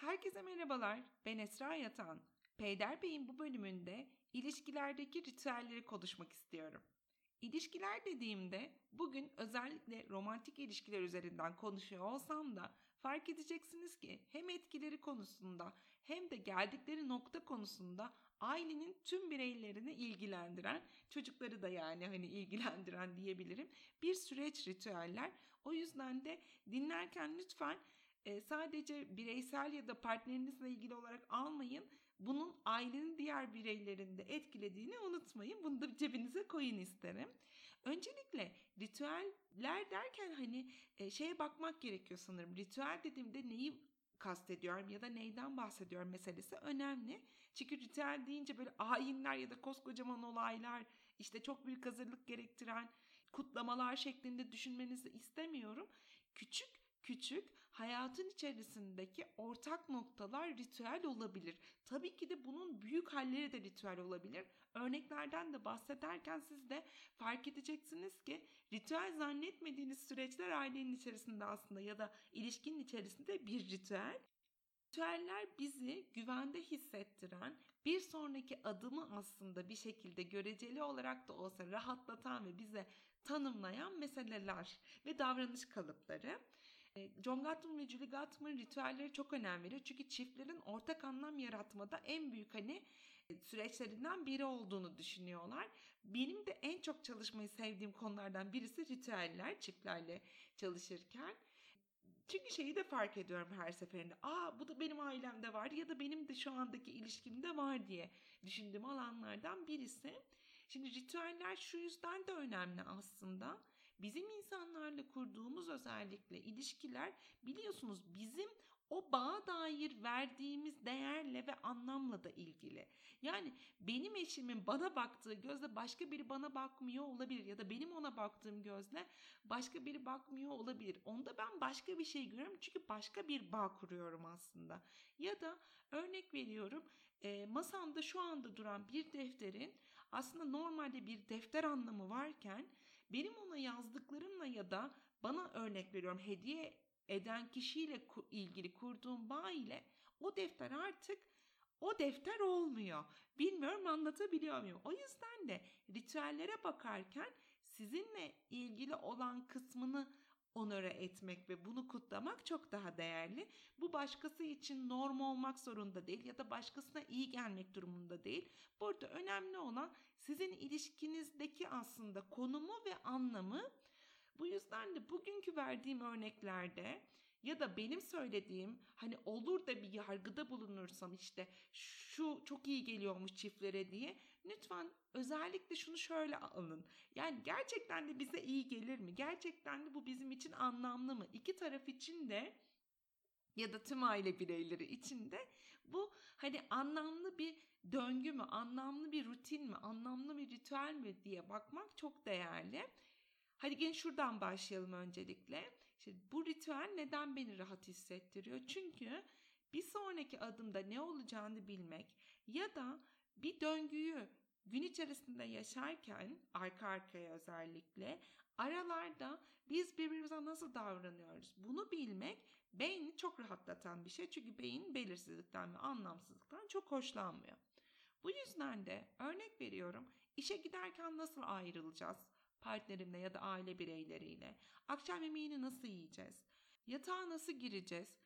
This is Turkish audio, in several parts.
Herkese merhabalar, ben Esra Yatan. Peyderbey'in bu bölümünde ilişkilerdeki ritüelleri konuşmak istiyorum. İlişkiler dediğimde bugün özellikle romantik ilişkiler üzerinden konuşuyor olsam da fark edeceksiniz ki hem etkileri konusunda hem de geldikleri nokta konusunda ailenin tüm bireylerini ilgilendiren, çocukları da yani ilgilendiren diyebilirim bir süreç ritüeller. O yüzden de dinlerken lütfen sadece bireysel ya da partnerinizle ilgili olarak almayın. Bunun ailenin diğer bireylerini de etkilediğini unutmayın. Bunu da cebinize koyun isterim. Öncelikle ritüeller derken şeye bakmak gerekiyor sanırım. Ritüel dediğimde neyi kastediyorum ya da neyden bahsediyorum meselesi önemli. Çünkü ritüel deyince böyle ayinler ya da koskocaman olaylar, işte çok büyük hazırlık gerektiren kutlamalar şeklinde düşünmenizi istemiyorum. Küçük hayatın içerisindeki ortak noktalar ritüel olabilir. Tabii ki de bunun büyük halleri de ritüel olabilir. Örneklerden de bahsederken siz de fark edeceksiniz ki ritüel zannetmediğiniz süreçler ailenin içerisinde aslında ya da ilişkinin içerisinde bir ritüel. Ritüeller bizi güvende hissettiren, bir sonraki adımı aslında bir şekilde göreceli olarak da olsa rahatlatan ve bize tanımlayan meseleler ve davranış kalıpları. John Gottman ve Julie Gottman ritüelleri çok önem veriyor. Çünkü çiftlerin ortak anlam yaratmada en büyük süreçlerinden biri olduğunu düşünüyorlar. Benim de en çok çalışmayı sevdiğim konulardan birisi ritüeller çiftlerle çalışırken. Çünkü şeyi de fark ediyorum her seferinde. Bu da benim ailemde var ya da benim de şu andaki ilişkimde var diye düşündüğüm alanlardan birisi. Şimdi ritüeller şu yüzden de önemli aslında. Bizim insanlarla kurduğumuz özellikle ilişkiler biliyorsunuz bizim o bağa dair verdiğimiz değerle ve anlamla da ilgili. Yani benim eşimin bana baktığı gözle başka biri bana bakmıyor olabilir ya da benim ona baktığım gözle başka biri bakmıyor olabilir. Onda ben başka bir şey görüyorum çünkü başka bir bağ kuruyorum aslında. Ya da örnek veriyorum, masamda şu anda duran bir defterin aslında normalde bir defter anlamı varken benim ona yazdıklarımla ya da bana örnek veriyorum hediye eden kişiyle ilgili kurduğum bağ ile o defter artık o defter olmuyor. Bilmiyorum anlatabiliyor muyum? O yüzden de ritüellere bakarken sizinle ilgili olan kısmını onore etmek ve bunu kutlamak çok daha değerli. Bu başkası için norm olmak zorunda değil ya da başkasına iyi gelmek durumunda değil. Burada önemli olan sizin ilişkinizdeki aslında konumu ve anlamı. Bu yüzden de bugünkü verdiğim örneklerde ya da benim söylediğim olur da bir yargıda bulunursam işte şu çok iyi geliyormuş çiftlere diye lütfen özellikle şunu şöyle alın. Yani gerçekten de bize iyi gelir mi? Gerçekten de bu bizim için anlamlı mı? İki taraf için de ya da tüm aile bireyleri için de bu anlamlı bir döngü mü, anlamlı bir rutin mi, anlamlı bir ritüel mi diye bakmak çok değerli. Hadi gelin şuradan başlayalım öncelikle. İşte bu ritüel neden beni rahat hissettiriyor? Çünkü bir sonraki adımda ne olacağını bilmek ya da bir döngüyü gün içerisinde yaşarken arka arkaya özellikle aralarda biz birbirimize nasıl davranıyoruz? Bunu bilmek beyni çok rahatlatan bir şey. Çünkü beyin belirsizlikten ve anlamsızlıktan çok hoşlanmıyor. Bu yüzden de örnek veriyorum, işe giderken nasıl ayrılacağız? Partnerimle ya da aile bireyleriyle. Akşam yemeğini nasıl yiyeceğiz? Yatağa nasıl gireceğiz?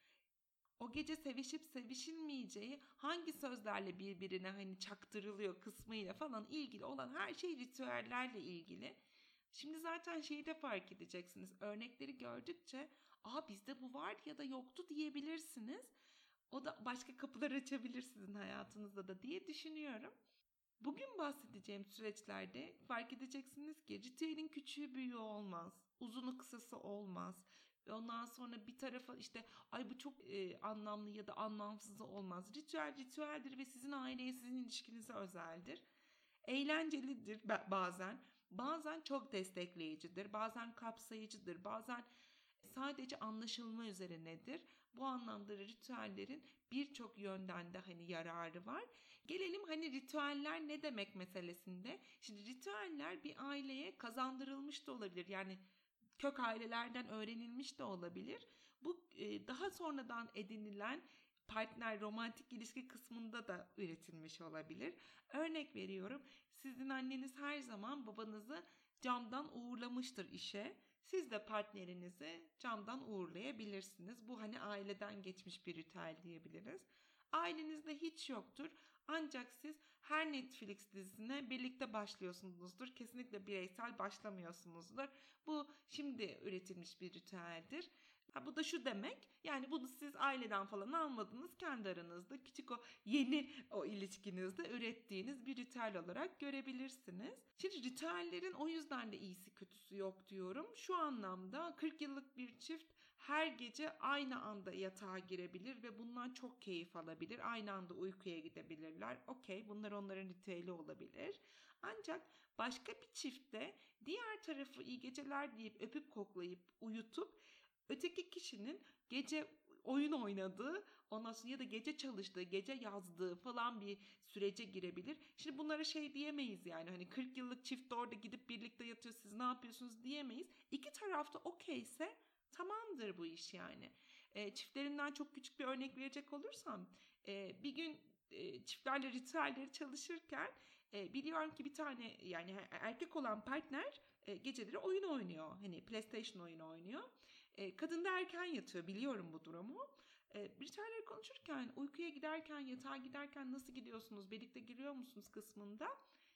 O gece sevişip sevişilmeyeceği hangi sözlerle birbirine çaktırılıyor kısmıyla falan ilgili olan her şey ritüellerle ilgili. Şimdi zaten şeyi de fark edeceksiniz. Örnekleri gördükçe bizde bu var ya da yoktu diyebilirsiniz. O da başka kapılar açabilir sizin hayatınızda da diye düşünüyorum. Bugün bahsedeceğim süreçlerde fark edeceksiniz ki ritüelin küçüğü büyüğü olmaz. Uzunu kısası olmaz. Ve ondan sonra bir tarafa işte bu çok anlamlı ya da anlamsızı olmaz. Ritüel ritüeldir ve sizin aileye, sizin ilişkinize özeldir. Eğlencelidir bazen. Bazen çok destekleyicidir. Bazen kapsayıcıdır. Bazen sadece anlaşılma üzerinedir. Bu anlamda ritüellerin birçok yönden de yararı var. Gelelim ritüeller ne demek meselesinde. Şimdi ritüeller bir aileye kazandırılmış da olabilir. Yani kök ailelerden öğrenilmiş de olabilir. Bu daha sonradan edinilen partner romantik ilişki kısmında da üretilmiş olabilir. Örnek veriyorum, sizin anneniz her zaman babanızı camdan uğurlamıştır işe. Siz de partnerinizi camdan uğurlayabilirsiniz. Bu hani aileden geçmiş bir ritüel diyebiliriz. Ailenizde hiç yoktur. Ancak siz her Netflix dizisine birlikte başlıyorsunuzdur. Kesinlikle bireysel başlamıyorsunuzdur. Bu şimdi üretilmiş bir ritüeldir. Bu da şu demek, yani bunu siz aileden falan almadınız, kendi aranızda küçük o yeni o ilişkinizde ürettiğiniz bir ritüel olarak görebilirsiniz. Şimdi ritüellerin o yüzden de iyisi kötüsü yok diyorum. Şu anlamda 40 yıllık bir çift her gece aynı anda yatağa girebilir ve bundan çok keyif alabilir. Aynı anda uykuya gidebilirler. Okey, bunlar onların ritüeli olabilir. Ancak başka bir çiftte diğer tarafı iyi geceler deyip öpüp koklayıp uyutup öteki kişinin gece oyun oynadığı, ondan sonra ya da gece çalıştığı, gece yazdığı falan bir sürece girebilir. Şimdi bunlara şey diyemeyiz, yani hani 40 yıllık çift de orada gidip birlikte yatıyor, siz ne yapıyorsunuz diyemeyiz. İki tarafta okeyse tamamdır bu iş yani. Çiftlerinden çok küçük bir örnek verecek olursam, bir gün çiftlerle ritüelleri çalışırken biliyorum ki bir tane, yani erkek olan partner geceleri oyun oynuyor. Hani PlayStation oyunu oynuyor. Kadın da erken yatıyor, biliyorum bu durumu. Ritüelleri konuşurken, uykuya giderken, yatağa giderken nasıl gidiyorsunuz, birlikte giriyor musunuz kısmında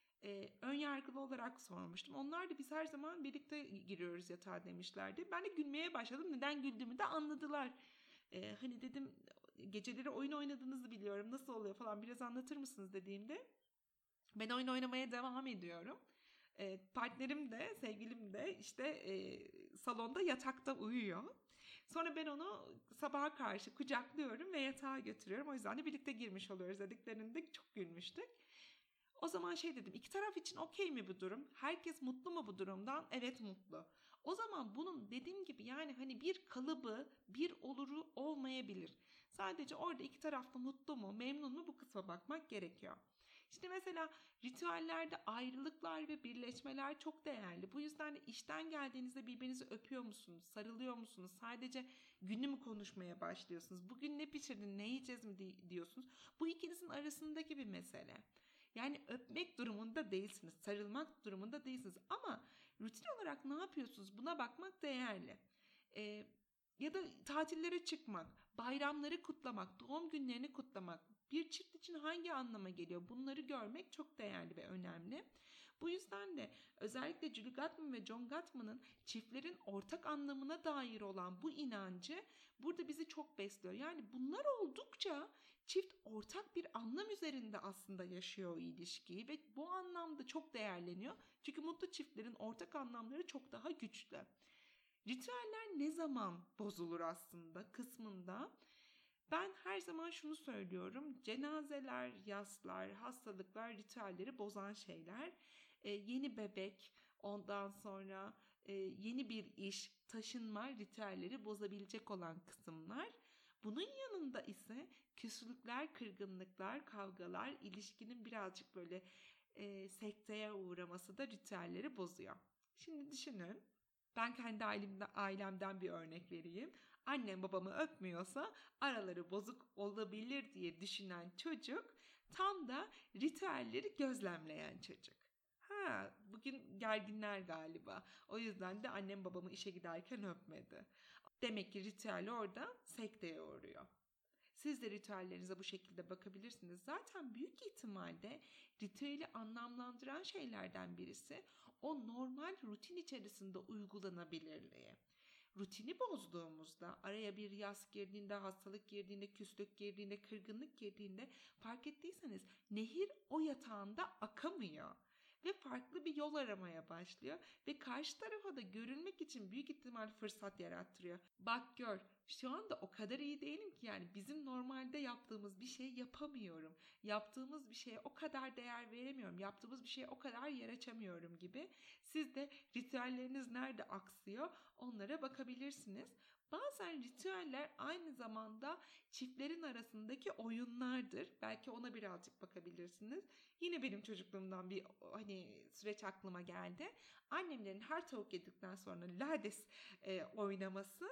ön yargılı olarak sormuştum. Onlar da biz her zaman birlikte giriyoruz yatağa demişlerdi. Ben de gülmeye başladım. Neden güldüğümü de anladılar. Hani dedim, geceleri oyun oynadığınızı biliyorum, nasıl oluyor falan, biraz anlatır mısınız dediğimde ben oyun oynamaya devam ediyorum. Partnerim de, sevgilim de işte salonda yatakta uyuyor. Sonra ben onu sabaha karşı kucaklıyorum ve yatağa götürüyorum. O yüzden de birlikte girmiş oluyoruz dediklerinde çok gülmüştük. O zaman şey dedim, iki taraf için okey mi bu durum? Herkes mutlu mu bu durumdan? Evet, mutlu. O zaman bunun dediğim gibi yani hani bir kalıbı, bir oluru olmayabilir. Sadece orada iki taraf da mutlu mu, memnun mu, bu kısma bakmak gerekiyor. Şimdi mesela ritüellerde ayrılıklar ve birleşmeler çok değerli. Bu yüzden de işten geldiğinizde birbirinizi öpüyor musunuz, sarılıyor musunuz? Sadece günü mü konuşmaya başlıyorsunuz? Bugün ne pişirdin, ne yiyeceğiz mi diyorsunuz? Bu ikinizin arasındaki bir mesele. Yani öpmek durumunda değilsiniz, sarılmak durumunda değilsiniz. Ama rutin olarak ne yapıyorsunuz? Buna bakmak değerli. Ee, Ya da tatillere çıkmak, bayramları kutlamak, doğum günlerini kutlamak bir çift için hangi anlama geliyor? Bunları görmek çok değerli ve önemli. Bu yüzden de özellikle Julie Gottman ve John Gottman'ın çiftlerin ortak anlamına dair olan bu inancı burada bizi çok besliyor. Yani bunlar oldukça çift ortak bir anlam üzerinde aslında yaşıyor o ilişkiyi ve bu anlamda çok değerleniyor. Çünkü mutlu çiftlerin ortak anlamları çok daha güçlü. Ritüeller ne zaman bozulur aslında kısmında ben her zaman şunu söylüyorum. Cenazeler, yaslar, hastalıklar ritüelleri bozan şeyler. Yeni bebek, ondan sonra yeni bir iş, taşınma ritüelleri bozabilecek olan kısımlar. Bunun yanında ise küslükler, kırgınlıklar, kavgalar, ilişkinin birazcık böyle sekteye uğraması da ritüelleri bozuyor. Şimdi düşünün. Ben kendi ailemden bir örnek vereyim. Annem babamı öpmüyorsa araları bozuk olabilir diye düşünen çocuk tam da ritüelleri gözlemleyen çocuk. Bugün gerginler galiba. O yüzden de annem babamı işe giderken öpmedi. Demek ki ritüel orada sekteye uğruyor. Siz de ritüellerinize bu şekilde bakabilirsiniz. Zaten büyük ihtimalle ritüeli anlamlandıran şeylerden birisi o normal rutin içerisinde uygulanabilirliği. Rutini bozduğumuzda, araya bir yas girdiğinde, hastalık girdiğinde, küslük girdiğinde, kırgınlık girdiğinde fark ettiyseniz nehir o yatağında akamıyor. Ve farklı bir yol aramaya başlıyor ve karşı tarafa da görünmek için büyük ihtimal fırsat yarattırıyor. Bak gör, şu anda o kadar iyi değilim ki yani bizim normalde yaptığımız bir şey yapamıyorum. Yaptığımız bir şeye o kadar değer veremiyorum. Yaptığımız bir şeye o kadar yer açamıyorum gibi. Siz de ritüelleriniz nerede aksıyor onlara bakabilirsiniz. Bazen ritüeller aynı zamanda çiftlerin arasındaki oyunlardır. Belki ona birazcık bakabilirsiniz. Yine benim çocukluğumdan bir hani süreç aklıma geldi. Annemlerin her tavuk yedikten sonra lades oynaması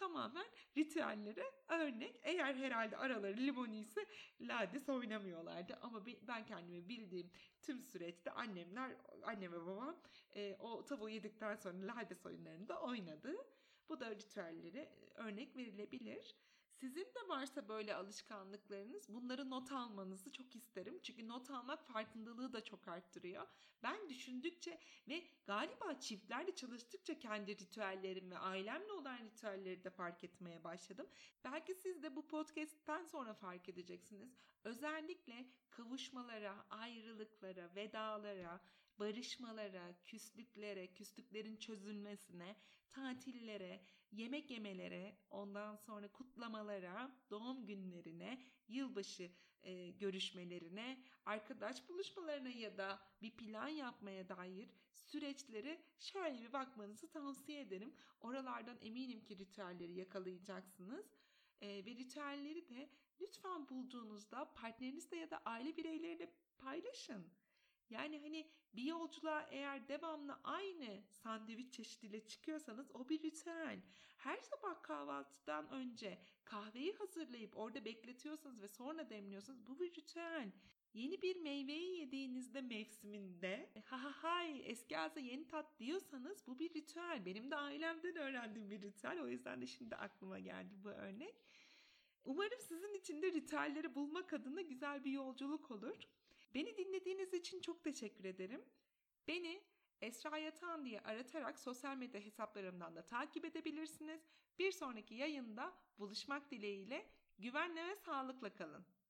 tamamen ritüellere örnek. Eğer herhalde araları limoni ise lades oynamıyorlardı. Ama ben kendimi bildiğim tüm süreçte annem ve babam o tavuğu yedikten sonra lades oyunlarında oynadı. Bu da ritüellere örnek verilebilir. Sizin de varsa böyle alışkanlıklarınız, bunları not almanızı çok isterim. Çünkü not almak farkındalığı da çok arttırıyor. Ben düşündükçe ve galiba çiftlerle çalıştıkça kendi ritüellerim ve ailemle olan ritüelleri de fark etmeye başladım. Belki siz de bu podcast'ten sonra fark edeceksiniz. Özellikle kavuşmalara, ayrılıklara, vedalara, barışmalara, küslüklerin çözülmesine, tatillere, yemek yemelere, ondan sonra kutlamalara, doğum günlerine, yılbaşı görüşmelerine, arkadaş buluşmalarına ya da bir plan yapmaya dair süreçleri şöyle bir bakmanızı tavsiye ederim. Oralardan eminim ki ritüelleri yakalayacaksınız. Ve ritüelleri de lütfen bulduğunuzda partnerinizle ya da aile bireyleriyle paylaşın. Yani hani bir yolculuğa eğer devamlı aynı sandviç çeşidiyle çıkıyorsanız o bir ritüel. Her sabah kahvaltıdan önce kahveyi hazırlayıp orada bekletiyorsanız ve sonra demliyorsanız bu bir ritüel. Yeni bir meyveyi yediğinizde mevsiminde eski ağza yeni tat diyorsanız bu bir ritüel. Benim de ailemden öğrendiğim bir ritüel. O yüzden de şimdi aklıma geldi bu örnek. Umarım sizin için de ritüelleri bulmak adına güzel bir yolculuk olur. Beni dinlediğiniz için çok teşekkür ederim. Beni Esra Yatan diye aratarak sosyal medya hesaplarımdan da takip edebilirsiniz. Bir sonraki yayında buluşmak dileğiyle güvenle ve sağlıkla kalın.